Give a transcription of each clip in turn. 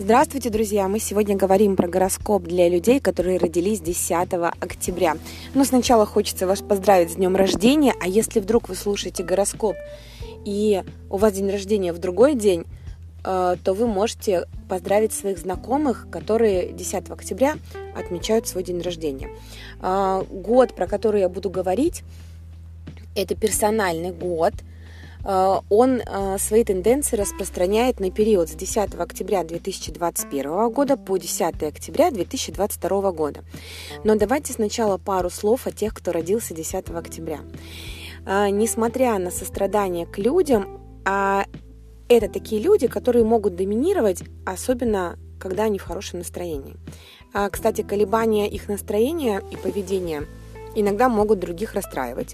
Здравствуйте, друзья! Мы сегодня говорим про гороскоп для людей, которые родились 10 октября. Но сначала хочется вас поздравить с днем рождения, а если вдруг вы слушаете гороскоп и у вас день рождения в другой день, то вы можете поздравить своих знакомых, которые 10 октября отмечают свой день рождения. Год, про который я буду говорить, это персональный год. Он свои тенденции распространяет на период с 10 октября 2021 года по 10 октября 2022 года. Но давайте сначала пару слов о тех, кто родился 10 октября. Несмотря на сострадание к людям, это такие люди, которые могут доминировать, особенно когда они в хорошем настроении. Кстати, колебания их настроения и поведения иногда могут других расстраивать.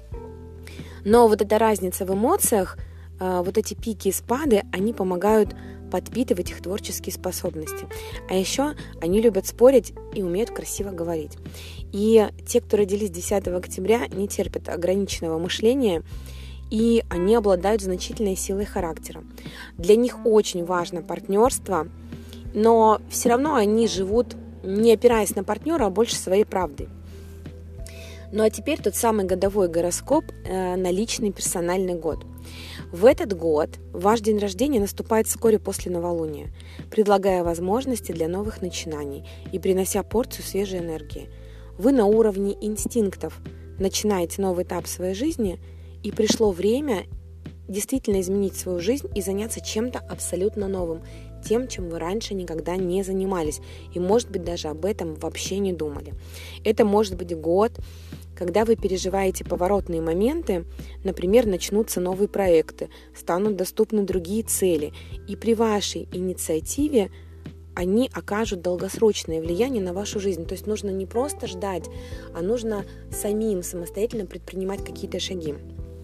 Но вот эта разница в эмоциях, вот эти пики и спады, они помогают подпитывать их творческие способности. А еще они любят спорить и умеют красиво говорить. И те, кто родились 10 октября, не терпят ограниченного мышления, и они обладают значительной силой характера. Для них очень важно партнерство, но все равно они живут, не опираясь на партнера, а больше своей правдой. Ну а теперь тот самый годовой гороскоп на личный персональный год. В этот год ваш день рождения наступает вскоре после новолуния, предлагая возможности для новых начинаний и принося порцию свежей энергии. Вы на уровне инстинктов начинаете новый этап своей жизни, и пришло время действительно изменить свою жизнь и заняться чем-то абсолютно новым, тем, чем вы раньше никогда не занимались, и, может быть, даже об этом вообще не думали. Это может быть год, когда вы переживаете поворотные моменты, например, начнутся новые проекты, станут доступны другие цели, и при вашей инициативе они окажут долгосрочное влияние на вашу жизнь. То есть нужно не просто ждать, а нужно самим самостоятельно предпринимать какие-то шаги.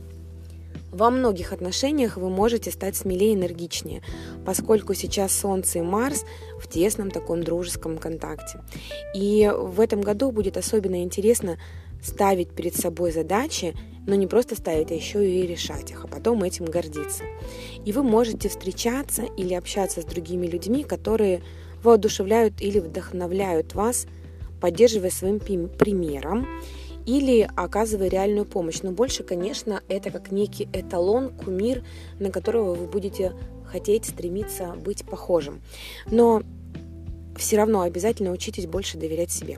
Во многих отношениях вы можете стать смелее и энергичнее, поскольку сейчас Солнце и Марс в тесном таком дружеском контакте. И в этом году будет особенно интересно ставить перед собой задачи, но не просто ставить, а еще и решать их, а потом этим гордиться. И вы можете встречаться или общаться с другими людьми, которые воодушевляют или вдохновляют вас, поддерживая своим примером, или оказывая реальную помощь. Но больше, конечно, это как некий эталон, кумир, на которого вы будете хотеть стремиться быть похожим. Но все равно обязательно учитесь больше доверять себе.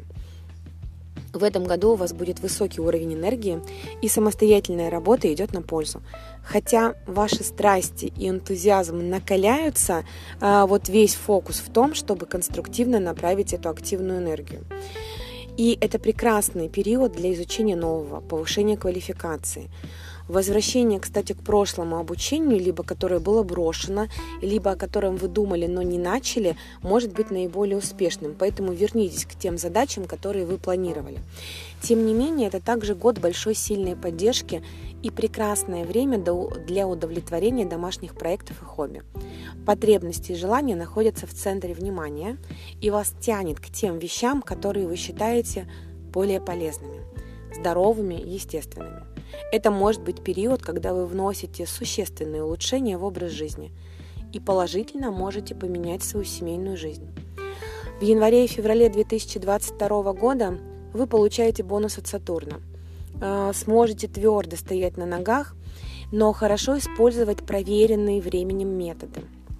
В этом году у вас будет высокий уровень энергии, и самостоятельная работа идет на пользу. Хотя ваши страсти и энтузиазм накаляются, вот весь фокус в том, чтобы конструктивно направить эту активную энергию. И это прекрасный период для изучения нового, повышения квалификации. Возвращение, кстати, к прошлому обучению, либо которое было брошено, либо о котором вы думали, но не начали, может быть наиболее успешным. Поэтому вернитесь к тем задачам, которые вы планировали. Тем не менее, это также год большой сильной поддержки и прекрасное время для удовлетворения домашних проектов и хобби. Потребности и желания находятся в центре внимания, и вас тянет к тем вещам, которые вы считаете более полезными, здоровыми и естественными. Это может быть период, когда вы вносите существенные улучшения в образ жизни и положительно можете поменять свою семейную жизнь. В январе и феврале 2022 года вы получаете бонус от Сатурна. Сможете твердо стоять на ногах, но хорошо использовать проверенные временем методы.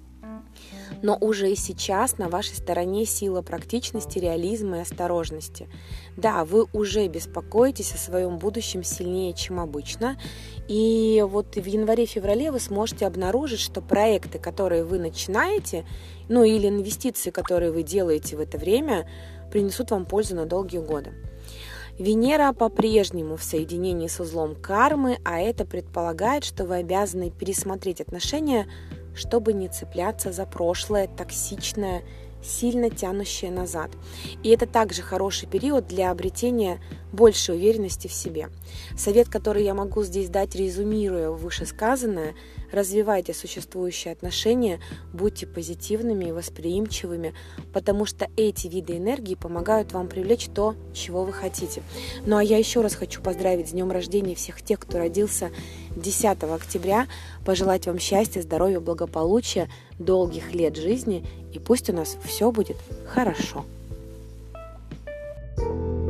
Но уже и сейчас на вашей стороне сила практичности, реализма и осторожности. Да, вы уже беспокоитесь о своем будущем сильнее, чем обычно. И вот в январе-феврале вы сможете обнаружить, что проекты, которые вы начинаете, или инвестиции, которые вы делаете в это время, принесут вам пользу на долгие годы. Венера по-прежнему в соединении с узлом кармы, а это предполагает, что вы обязаны пересмотреть отношения, чтобы не цепляться за прошлое, токсичное, сильно тянущее назад. И это также хороший период для обретения большей уверенности в себе. Совет, который я могу здесь дать, резюмируя вышесказанное, развивайте существующие отношения, будьте позитивными и восприимчивыми, потому что эти виды энергии помогают вам привлечь то, чего вы хотите. Ну а я еще раз хочу поздравить с днем рождения всех тех, кто родился 10 октября, пожелать вам счастья, здоровья, благополучия, долгих лет жизни, и пусть у нас все будет хорошо.